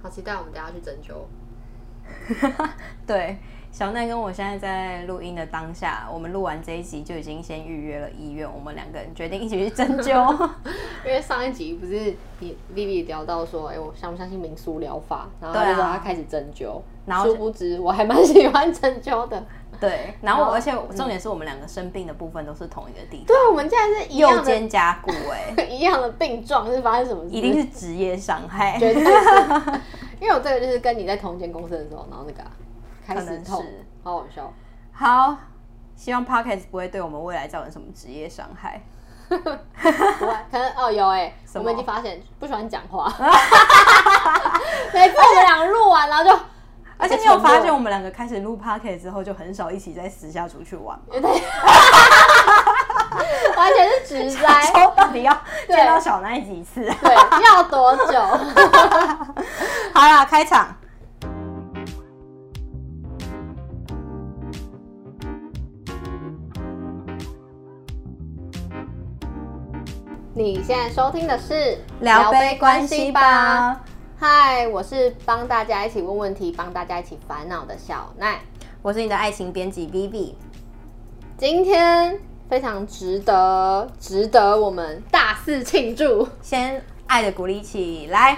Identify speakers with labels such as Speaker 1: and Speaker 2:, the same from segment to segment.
Speaker 1: 好期待我们等一下去针灸。
Speaker 2: 对，小奈跟我现在在录音的当下，我们录完这一集就已经先预约了医院，我们两个人决定一起去针灸。
Speaker 1: 因为上一集不是Vivi 聊到说，我相不相信民俗疗法，然后他就说他开始针灸，然后殊不知我还蛮喜欢针灸的。
Speaker 2: 对，然后而且重点是我们两个生病的部分都是同一个地方，
Speaker 1: 对，我们竟然是一样的
Speaker 2: 右肩胛骨
Speaker 1: 一样的病状，是发生什么事？
Speaker 2: 一定是职业伤害，
Speaker 1: 绝对是。因为我这个就是跟你在同一间公司的时候，然后那个开始痛，好好笑。
Speaker 2: 好，希望 Podcast 不会对我们未来造成什么职业伤害。
Speaker 1: 可能有我们已经发现不喜欢讲话，每次我们两个录完然后就。
Speaker 2: 而且你有发现我们两个开始录 podcast 之后，就很少一起在私下出去玩吗？
Speaker 1: 完全是直栽。
Speaker 2: 说到底要见到小奈几次？
Speaker 1: 对，要多久？
Speaker 2: 好啦，开场。
Speaker 1: 你现在收听的是
Speaker 2: 聊杯关系吧。
Speaker 1: 嗨，我是帮大家一起问问题、帮大家一起烦恼的小奈，
Speaker 2: 我是你的爱情编辑 Vivi。
Speaker 1: 今天非常值得我们大肆庆祝，
Speaker 2: 先爱的鼓励起来。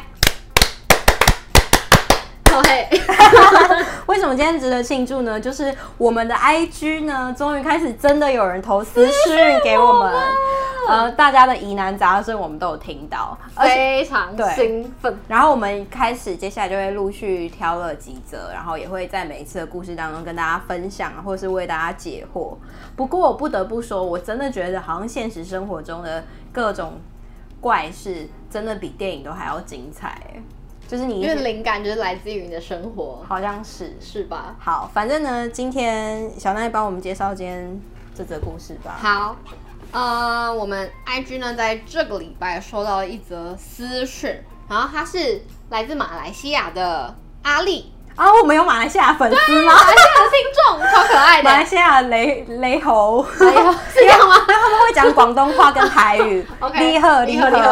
Speaker 2: 为什么今天值得庆祝呢？就是我们的 IG 呢，终于开始真的有人投私讯给我们。大家的疑难杂症我们都有听到，
Speaker 1: 非常兴奋。
Speaker 2: 然后我们开始接下来就会陆续挑了几则，然后也会在每一次的故事当中跟大家分享，或是为大家解惑。不过我不得不说，我真的觉得好像现实生活中的各种怪事，真的比电影都还要精彩。就是你
Speaker 1: 因为灵感就是来自于你的生活，
Speaker 2: 好像是
Speaker 1: 吧？
Speaker 2: 好，反正呢，今天小奈帮我们介绍今天这则故事吧。
Speaker 1: 好。我们 IG 呢在这个礼拜收到了一则私讯，然后他是来自马来西亚的阿丽
Speaker 2: 啊，我们有马来西亚粉丝吗？
Speaker 1: 马来西亚的听众超可爱的，
Speaker 2: 马来西亚雷猴，
Speaker 1: 是这样吗？
Speaker 2: 他们会讲广东话跟台语。
Speaker 1: OK，
Speaker 2: 厉害。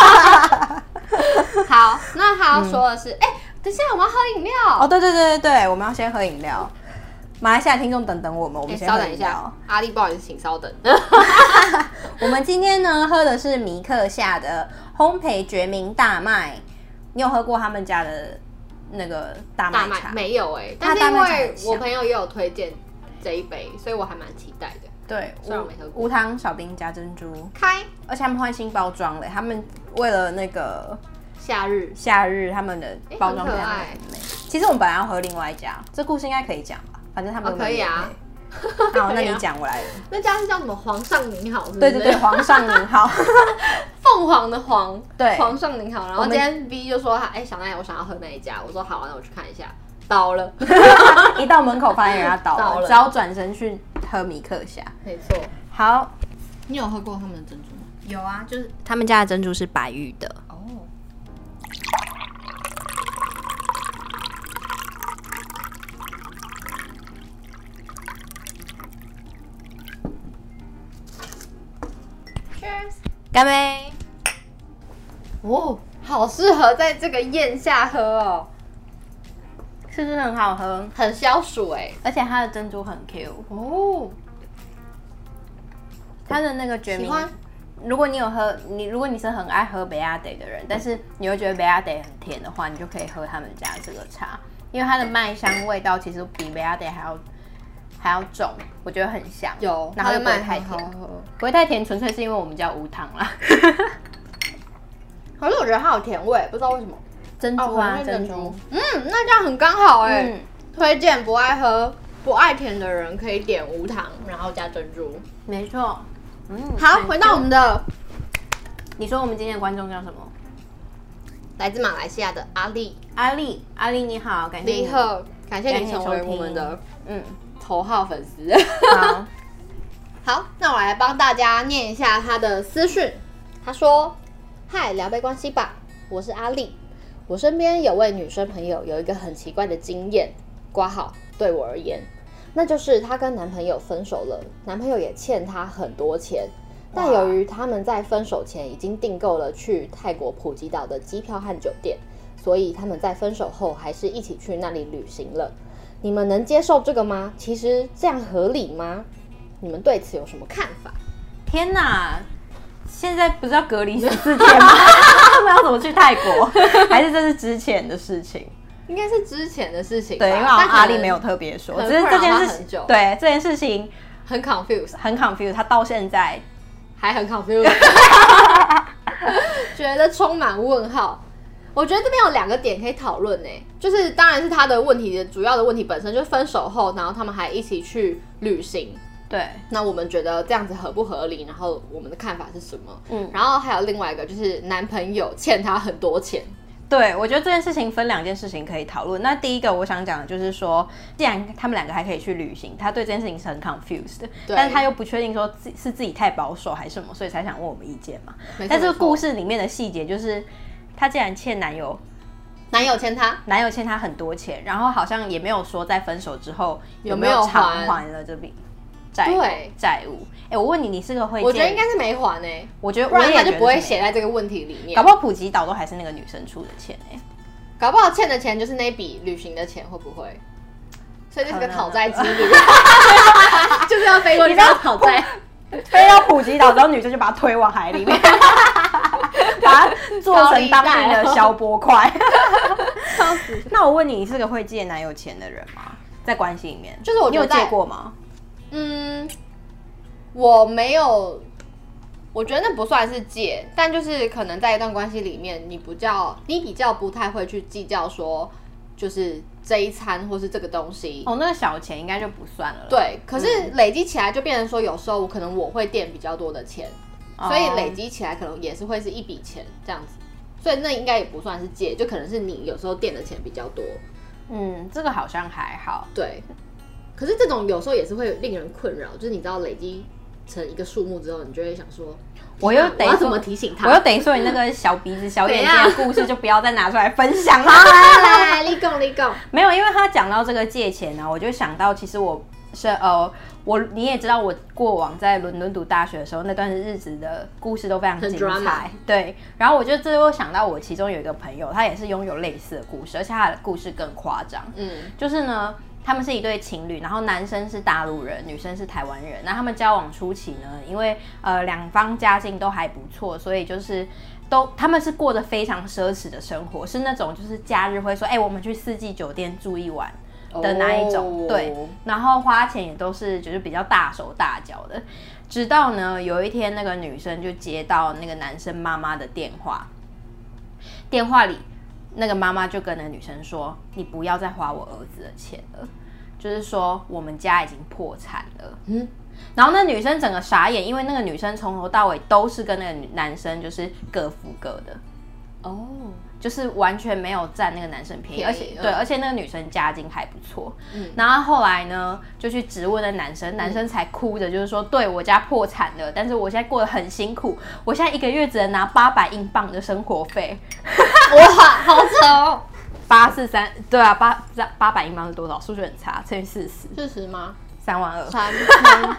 Speaker 1: 好，那他要说的是，等一下我们要喝饮料。
Speaker 2: 哦，对，我们要先喝饮料。马来西亚听众等我们，我们先
Speaker 1: 稍等一下。阿丽，不好意思，请稍等。
Speaker 2: 我们今天呢喝的是米克夏的烘焙决明大麦。你有喝过他们家的那个大麦茶？
Speaker 1: 没有但是因为我朋友也有推荐这一杯，所以我还蛮期待的。
Speaker 2: 对，
Speaker 1: 虽然我没喝过。
Speaker 2: 无糖少冰加珍珠，而且他们换新包装了，他们为了那个夏日他们的包装很美。其实我们本来要喝另外一家，这故事应该可以讲吧？反正他们
Speaker 1: 可以啊。
Speaker 2: 好，那你讲，我来。
Speaker 1: 那家是叫什么？皇上您好，是不
Speaker 2: 是？对，皇上您好。
Speaker 1: 凤凰的凰，
Speaker 2: 对，
Speaker 1: 皇上您好。然后今天 V 就说小奈，我想要喝那一家。我说好啊，那我去看一下。倒了，
Speaker 2: 一到门口发现人家倒了，只好转身去喝米克夏。
Speaker 1: 没错。
Speaker 2: 好，
Speaker 1: 你有喝过他们的珍珠吗？
Speaker 2: 有啊，就是他们家的珍珠是白玉的。哦。干杯！
Speaker 1: 哦，好适合在这个宴下喝哦，
Speaker 2: 是不是很好喝？
Speaker 1: 很消暑
Speaker 2: 而且它的珍珠很 Q
Speaker 1: 哦。
Speaker 2: 它的那个决明，如果你是很爱喝贝亚德的人，但是你又觉得贝亚德很甜的话，你就可以喝他们家这个茶，因为它的麦香味道其实比贝亚德还要重，我觉得很香。
Speaker 1: 有，
Speaker 2: 然后又不会太甜，不会太甜，纯粹是因为我们家无糖啦。
Speaker 1: 可是我觉得它有甜味，不知道为什么。
Speaker 2: 珍珠啊，珍珠。
Speaker 1: 那这样很刚好推荐不爱甜的人可以点无糖，然后加珍珠。
Speaker 2: 没错。
Speaker 1: 好，回到我们的，
Speaker 2: 你说我们今天的观众叫什么？
Speaker 1: 来自马来西亚的阿丽
Speaker 2: 你好，感谢
Speaker 1: 你成为我们的头号粉丝。好，那我来帮大家念一下他的私讯。他说：“嗨，聊杯关系吧，我是阿丽。我身边有位女生朋友有一个很奇怪的经验，括号对我而言，那就是她跟男朋友分手了，男朋友也欠她很多钱。但由于他们在分手前已经订购了去泰国普吉岛的机票和酒店， 所以他们在分手后还是一起去那里旅行了。你们能接受这个吗？其实这样合理吗？你们对此有什么看法？
Speaker 2: 天哪！现在不是要隔离14天吗？他们要怎么去泰国？还是这是之前的事情？
Speaker 1: 应该是之前的事情吧。
Speaker 2: 对，因为阿丽没有特别说，只是这件事情，对这件事情
Speaker 1: 很 confused，
Speaker 2: 他到现在
Speaker 1: 还很 confused， 觉得充满问号。我觉得这边有2个点可以讨论诶，就是当然是他的问题的主要的问题本身就是分手后，然后他们还一起去旅行。
Speaker 2: 对，
Speaker 1: 那我们觉得这样子合不合理？然后我们的看法是什么？然后还有另外一个就是男朋友欠他很多钱。
Speaker 2: 对，我觉得这件事情分2件事情可以讨论。那第一个我想讲的就是说，既然他们2个还可以去旅行，他对这件事情是很 confused 的，但是他又不确定说是自己太保守还是什么，所以才想问我们意见嘛。但这个故事里面的细节就是，他既然欠男友欠他很多钱，然后好像也没有说在分手之后有没有偿还了这笔债务。我问你，你是个会借？
Speaker 1: 我觉得应该是没还欸。
Speaker 2: 我觉得
Speaker 1: 不然他就不会写在这个问题里面。
Speaker 2: 搞不好普吉岛都还是那个女生出的钱
Speaker 1: 搞不好欠的钱就是那笔旅行的钱，会不会？所以这是个讨债之旅，就是要飞过去要讨债，
Speaker 2: 飞到普吉岛之后，女生就把他推往海里面，把它做成当地的消波块。
Speaker 1: 笑死！
Speaker 2: 那我问你，你是个会借男友钱的人吗？在关系里面，
Speaker 1: 就是你有
Speaker 2: 借过吗？
Speaker 1: 我没有，我觉得那不算是借，但就是可能在一段关系里面，你比较不太会去计较说，就是这一餐或是这个东西。
Speaker 2: 那个小钱应该就不算了。
Speaker 1: 对，可是累积起来就变成说，有时候我会垫比较多的钱，所以累积起来可能也是会是一笔钱这样子，所以那应该也不算是借，就可能是你有时候垫的钱比较多。
Speaker 2: 这个好像还好。
Speaker 1: 对，可是这种有时候也是会令人困扰，就是你知道累积成一个数目之后，你就会想说，我要怎么提醒他？
Speaker 2: 我又等于说你那个小鼻子小眼睛的故事就不要再拿出来分享了。
Speaker 1: 来，你讲。
Speaker 2: 没有，因为他讲到这个借钱呢，我就想到其实你也知道我过往在伦敦读大学的时候那段日子的故事都非常精彩。对，然后我就这又想到我其中有一个朋友，他也是拥有类似的故事，而且他的故事更夸张。就是呢，他们是一对情侣，然后男生是大陆人，女生是台湾人。那他们交往初期呢，因为2方家境都还不错，所以就是他们是过得非常奢侈的生活，是那种就是假日会说，我们去4季酒店住一晚的那一种。对，然后花钱也都是就是比较大手大脚的。直到呢有一天，那个女生就接到那个男生妈妈的电话，电话里那个妈妈就跟那个女生说：“你不要再花我儿子的钱了，就是说我们家已经破产了。”然后那女生整个傻眼，因为那个女生从头到尾都是跟那个男生就是各付各的。就是完全没有占那个男生便宜，而且那个女生家境还不错。然后后来呢，就去质问那男生，男生才哭着就是说，对，我家破产了，但是我现在过得很辛苦，我现在1个月只能拿800英镑的生活费。
Speaker 1: 哇，好扯哦
Speaker 2: ！843，对啊，800英镑是多少？数学很差，乘以
Speaker 1: 40吗
Speaker 2: ？32,000。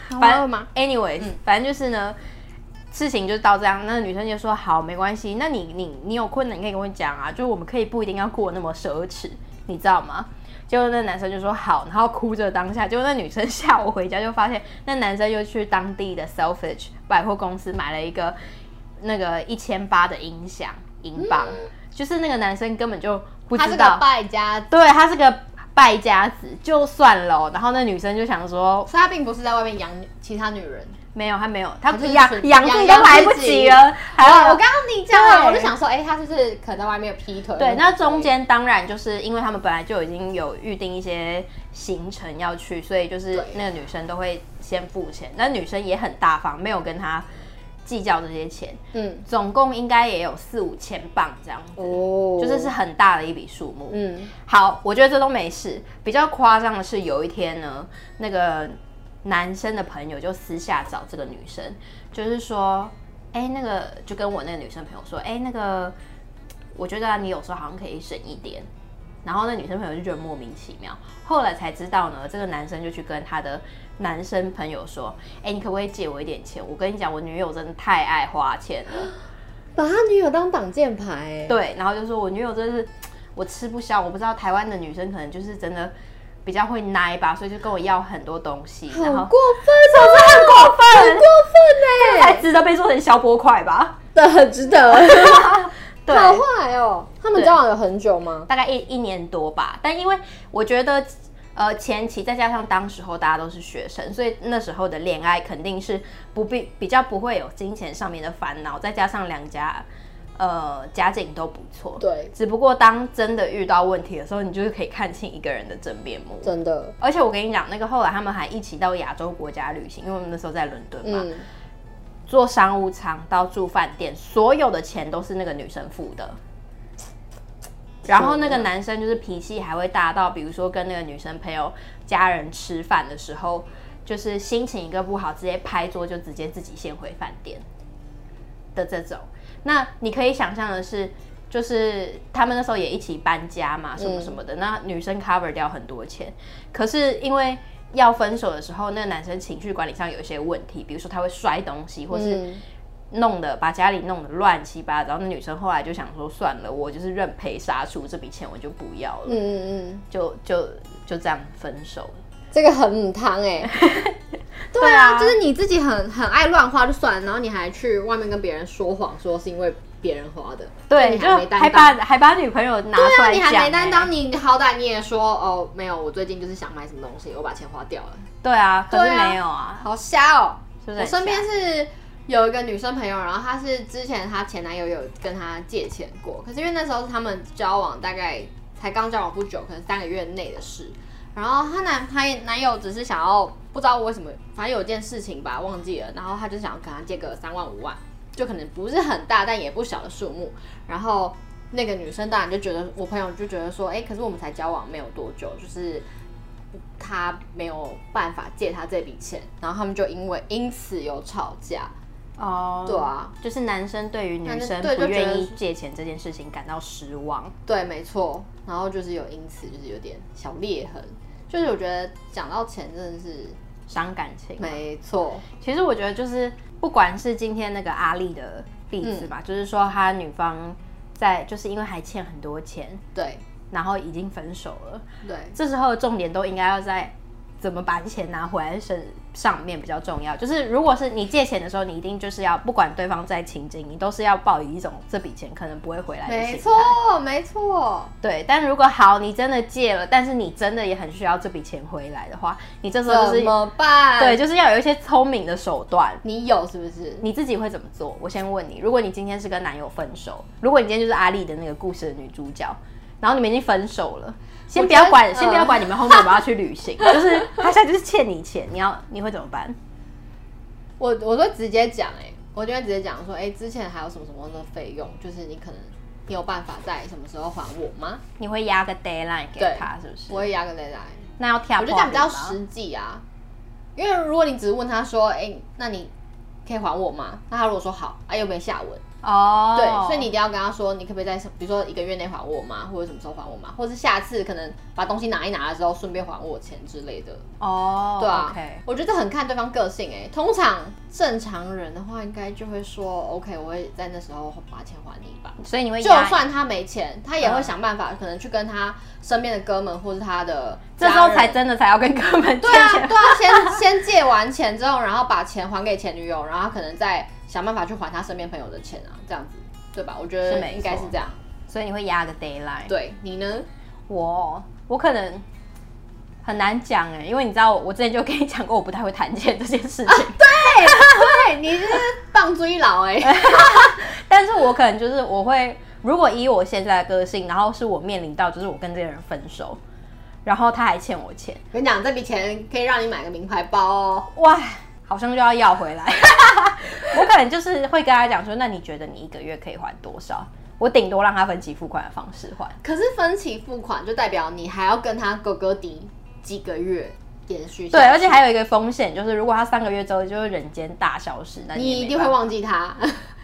Speaker 1: 3万吗
Speaker 2: ？Anyway，反正就是呢。事情就到这样，那个女生就说好，没关系，那你有困难你可以跟我讲啊，就是我们可以不一定要过那么奢侈，你知道吗？结果那男生就说好，然后哭着当下，结果那女生下午回家就发现那男生又去当地的 Selfridge 百货公司买了一个那个1800的音响英镑，就是那个男生根本就不知道，他是个
Speaker 1: 败家，
Speaker 2: 对，他是个败家子，就算了。然后那女生就想说，
Speaker 1: 所以他并不是在外面养其他女人。
Speaker 2: 没有，他没有，他养自己都来不及了。
Speaker 1: 我刚刚你讲完，我就想说，他是不是可能在外面有劈腿？
Speaker 2: 对，那中间当然就是因为他们本来就已经有预定一些行程要去，所以就是那个女生都会先付钱。那女生也很大方，没有跟他计较这些钱。总共应该也有4-5千镑这样子，就是很大的一笔数目。好，我觉得这都没事。比较夸张的是有一天呢，那个男生的朋友就私下找这个女生，就是说，那个就跟我那个女生朋友说，那个我觉得你有时候好像可以省一点。然后那女生朋友就觉得莫名其妙，后来才知道呢，这个男生就去跟他的男生朋友说，你可不可以借我一点钱？我跟你讲，我女友真的太爱花钱了。
Speaker 1: 把他女友当挡箭牌。
Speaker 2: 对，然后就说我女友真的是我吃不消，我不知道台湾的女生可能就是真的比较会奶吧，所以就跟我要很多东西。
Speaker 1: 好过分，
Speaker 2: 是不是很过分？
Speaker 1: 很过分
Speaker 2: 才值得被做成消波块吧？
Speaker 1: 对，很值得。
Speaker 2: 对，
Speaker 1: 好坏哦！他们交往有很久吗？
Speaker 2: 大概一年多吧。但因为我觉得，前期再加上当时候大家都是学生，所以那时候的恋爱肯定是比较不会有金钱上面的烦恼，再加上两家家境都不错。
Speaker 1: 对，
Speaker 2: 只不过当真的遇到问题的时候，你就是可以看清一个人的真面目。
Speaker 1: 真的。
Speaker 2: 而且我跟你讲，那个后来他们还一起到亚洲国家旅行，因为我们那时候在伦敦嘛。坐商务舱到住饭店，所有的钱都是那个女生付的。然后那个男生就是脾气还会大到，比如说跟那个女生朋友家人吃饭的时候，就是心情一个不好，直接拍桌就直接自己先回饭店的这种。那你可以想象的是，就是他们那时候也一起搬家嘛，什么什么的。那女生 cover 掉很多钱，可是因为要分手的时候，那个男生情绪管理上有一些问题，比如说他会摔东西，或是把家里弄得乱七八糟。那女生后来就想说，算了，我就是认赔杀出，这笔钱我就不要了。就这样分手了。
Speaker 1: 这个很母汤哎。对啊，就是你自己很爱乱花就算了，然后你还去外面跟别人说谎，说是因为别人花的。
Speaker 2: 对，你就还把女朋友拿出来讲。对啊，
Speaker 1: 你还没担当，你好歹你也说哦，没有，我最近就是想买什么东西，我把钱花掉了。
Speaker 2: 对啊，可是没有啊，
Speaker 1: 好瞎哦。
Speaker 2: 我
Speaker 1: 身边是有一个女生朋友，然后她是之前她前男友有跟她借钱过，可是因为那时候他们交往大概才刚交往不久，可能3个月内的事。然后她男友只是想要不知道为什么，反正有件事情吧忘记了，然后他就想要跟她借个3万5万，就可能不是很大但也不小的数目。然后那个女生当然就觉得，我朋友就觉得说，可是我们才交往没有多久，就是他没有办法借他这笔钱，然后他们就因此有吵架。对啊，
Speaker 2: 就是男生对于女生不愿意借钱这件事情感到失望。
Speaker 1: 对，没错。然后就是因此就是有点小裂痕。就是我觉得讲到钱真的是
Speaker 2: 伤感情。
Speaker 1: 没错。
Speaker 2: 其实我觉得就是不管是今天那个阿丽的例子吧，就是说他女方就是因为还欠很多钱，
Speaker 1: 对，
Speaker 2: 然后已经分手了，
Speaker 1: 对，
Speaker 2: 这时候的重点都应该要在怎么把钱拿回来上面比较重要。就是如果是你借钱的时候，你一定就是要不管对方再亲近，你都是要抱以一种这笔钱可能不会回来的心态。
Speaker 1: 没错，没错。
Speaker 2: 对，但如果好，你真的借了，但是你真的也很需要这笔钱回来的话，你这时候就是
Speaker 1: 怎么办？
Speaker 2: 对，就是要有一些聪明的手段。
Speaker 1: 你有是不是？
Speaker 2: 你自己会怎么做？我先问你，如果你今天是跟男友分手，如果你今天就是阿丽的那个故事的女主角，然后你们已经分手了。先不要管你们后面有没有要去旅行，就是他现在就是欠你钱，你会怎么办？
Speaker 1: 我会直接讲我就会直接讲说，之前还有什么什么的费用，就是你可能你有办法在什么时候还我吗？
Speaker 2: 你会压个 deadline 给他，是不是？
Speaker 1: 我会压个 deadline。
Speaker 2: 那要跳，
Speaker 1: 我觉得这样比较实际啊。因为如果你只是问他说，那你可以还我吗？那他如果说好，又没下文。对，所以你一定要跟他说，你可不可以在比如说1个月内还我吗？或者什么时候还我吗？或者是下次可能把东西拿一拿的时候，顺便还我钱之类的。对啊，
Speaker 2: okay.
Speaker 1: 我觉得很看对方个性通常正常人的话，应该就会说 OK， 我会在那时候把钱还你吧。
Speaker 2: 所以你会
Speaker 1: 就算他没钱，他也会想办法，可能去跟他身边的哥们或是他的
Speaker 2: 家人，这时候才真的才要跟哥们借钱。
Speaker 1: 对啊，先借完钱之后，然后把钱还给前女友，然后可能再想办法去还他身边朋友的钱啊，这样子，对吧？我觉得应该是这样。
Speaker 2: 所以你会压个 deadline。
Speaker 1: 对，你呢？
Speaker 2: 我可能很难讲因为你知道我之前就跟你讲过，我不太会谈钱这件事情。
Speaker 1: 对，你是棒追佬
Speaker 2: 但是我可能就是我会，如果以我现在的个性，然后是我面临到就是我跟这个人分手，然后他还欠我钱，
Speaker 1: 我跟你讲，这笔钱可以让你买个名牌包哦。
Speaker 2: 哇，好像就要回来。我可能就是会跟他讲说，那你觉得你1个月可以还多少？我顶多让他分期付款的方式还。
Speaker 1: 可是分期付款就代表你还要跟他哥哥抵几个月延续。
Speaker 2: 对，而且还有一个风险，就是如果他3个月之后就是人间大消失，那
Speaker 1: 你一定会忘记他。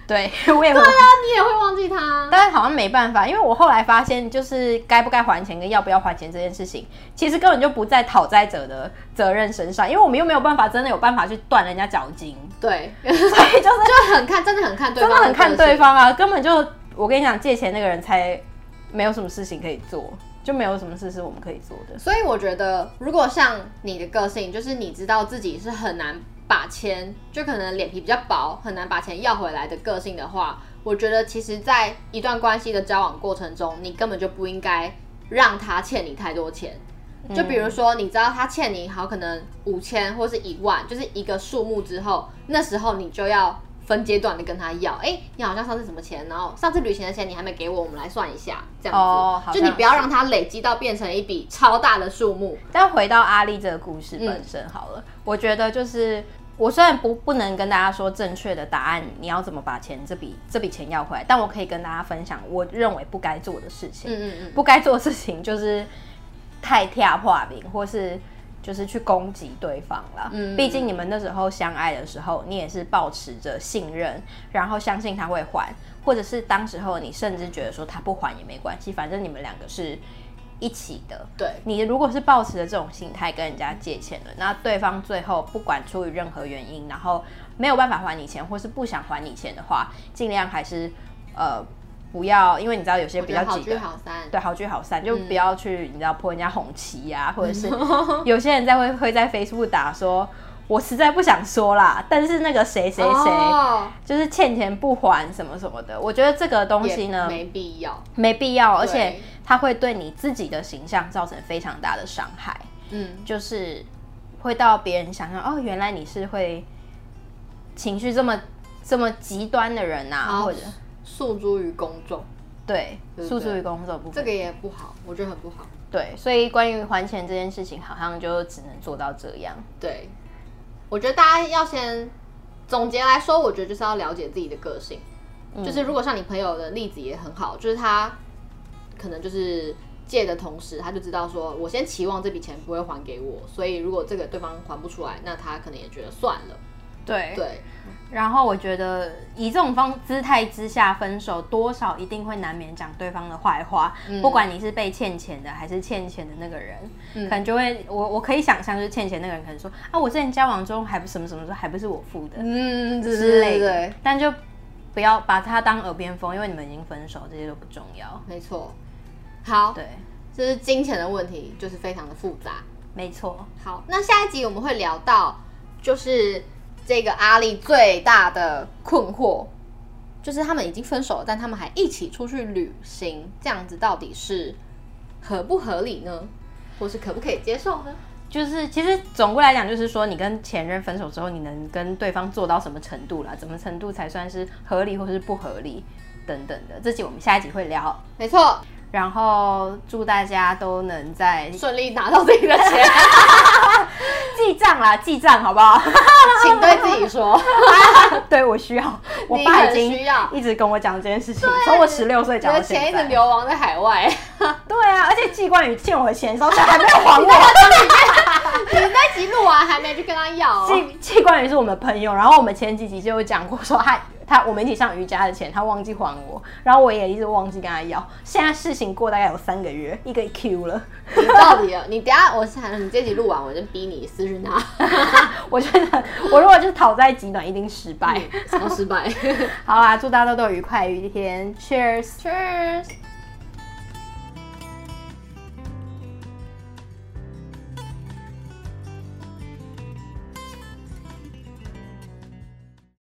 Speaker 2: 对我也会。
Speaker 1: 对啊，你也会忘记他。
Speaker 2: 但好像没办法，因为我后来发现，就是该不该还钱跟要不要还钱这件事情，其实根本就不在讨债者的责任身上，因为我们又没有办法真的有办法去断人家脚筋。
Speaker 1: 对，
Speaker 2: 所以就
Speaker 1: 很看，真的很看对方，
Speaker 2: 真的很看对方啊，根本就我跟你讲，借钱那个人才没有什么事情可以做。就没有什么事是我们可以做的。
Speaker 1: 所以我觉得，如果像你的个性，就是你知道自己是很难把钱，就可能脸皮比较薄，很难把钱要回来的个性的话，我觉得其实在一段关系的交往过程中，你根本就不应该让他欠你太多钱。就比如说，你知道他欠你好可能5000或是1万，就是一个数目之后，那时候你就要分阶段的跟他要，你好像上次什么钱，然后上次旅行的钱你还没给我，我们来算一下，这样子，就你不要让它累积到变成一笔超大的数目。
Speaker 2: 但回到阿丽这个故事本身好了，我觉得就是我虽然不能跟大家说正确的答案，你要怎么把钱这笔钱要回来，但我可以跟大家分享我认为不该做的事情。不该做的事情就是太跳画饼，或是就是去攻击对方啦。毕竟你们那时候相爱的时候，你也是抱持着信任，然后相信他会还，或者是当时候你甚至觉得说他不还也没关系，反正你们两个是一起的。
Speaker 1: 对，
Speaker 2: 你如果是抱持着这种心态跟人家借钱了，那对方最后不管出于任何原因，然后没有办法还你钱，或是不想还你钱的话，尽量还是不要，因为你知道有些比较急的，
Speaker 1: 好聚好散，
Speaker 2: 对，好聚好散，就不要去你知道泼人家红旗啊，或者是有些人会在 Facebook 打说，我实在不想说啦，但是那个谁谁谁就是欠钱不还什么什么的，我觉得这个东西呢
Speaker 1: 没必
Speaker 2: 要，而且它会对你自己的形象造成非常大的伤害。就是会到别人想象原来你是会情绪这么极端的人啊，或者
Speaker 1: 诉诸于公众，
Speaker 2: 对，诉诸于公众部分，
Speaker 1: 这个也不好，我觉得很不好。
Speaker 2: 对，所以关于还钱这件事情，好像就只能做到这样。
Speaker 1: 对，我觉得大家要先总结来说，我觉得就是要了解自己的个性。就是如果像你朋友的例子也很好，就是他可能就是借的同时，他就知道说我先期望这笔钱不会还给我，所以如果这个对方还不出来，那他可能也觉得算了。对。
Speaker 2: 然后我觉得以这种姿态之下分手，多少一定会难免讲对方的坏话。不管你是被欠钱的还是欠钱的那个人，可能就会我可以想象，就是欠钱那个人可能说我之前交往中还不什么什么还不是我付的，之类的。对，但就不要把它当耳边风，因为你们已经分手，这些都不重要。
Speaker 1: 没错。好，
Speaker 2: 对，
Speaker 1: 就是金钱的问题，就是非常的复杂。
Speaker 2: 没错。
Speaker 1: 好，那下一集我们会聊到，就是这个阿丽最大的困惑，就是他们已经分手了，但他们还一起出去旅行，这样子到底是合不合理呢？或是可不可以接受呢？
Speaker 2: 就是其实总归来讲，就是说你跟前任分手之后，你能跟对方做到什么程度啦？怎么程度才算是合理或是不合理等等的？这集我们下一集会聊。
Speaker 1: 没错。
Speaker 2: 然后祝大家都能在
Speaker 1: 顺利拿到自己的钱，
Speaker 2: 记账啦，记账好不好？
Speaker 1: 请对自己说，
Speaker 2: 对我需要，我爸已经一直跟我讲这件事情，从我16岁讲到现在。
Speaker 1: 你的钱一直流亡在海外。
Speaker 2: 对啊，而且季冠宇欠我的钱的时候，还没有还我。
Speaker 1: 你那集录完还没去跟他要。
Speaker 2: 季冠宇是我们的朋友，然后我们前几集就有讲过说我们一起上瑜伽的钱，他忘记还我，然后我也一直忘记跟他要。现在事情过大概有3个月，一个 Q 了。
Speaker 1: 你到底你等一下你这集录完，我就逼你私讯他。
Speaker 2: 我觉得我如果就是讨债极短，一定失败，
Speaker 1: 超失败。
Speaker 2: 好啦，祝大家都有愉快的一天 ，Cheers。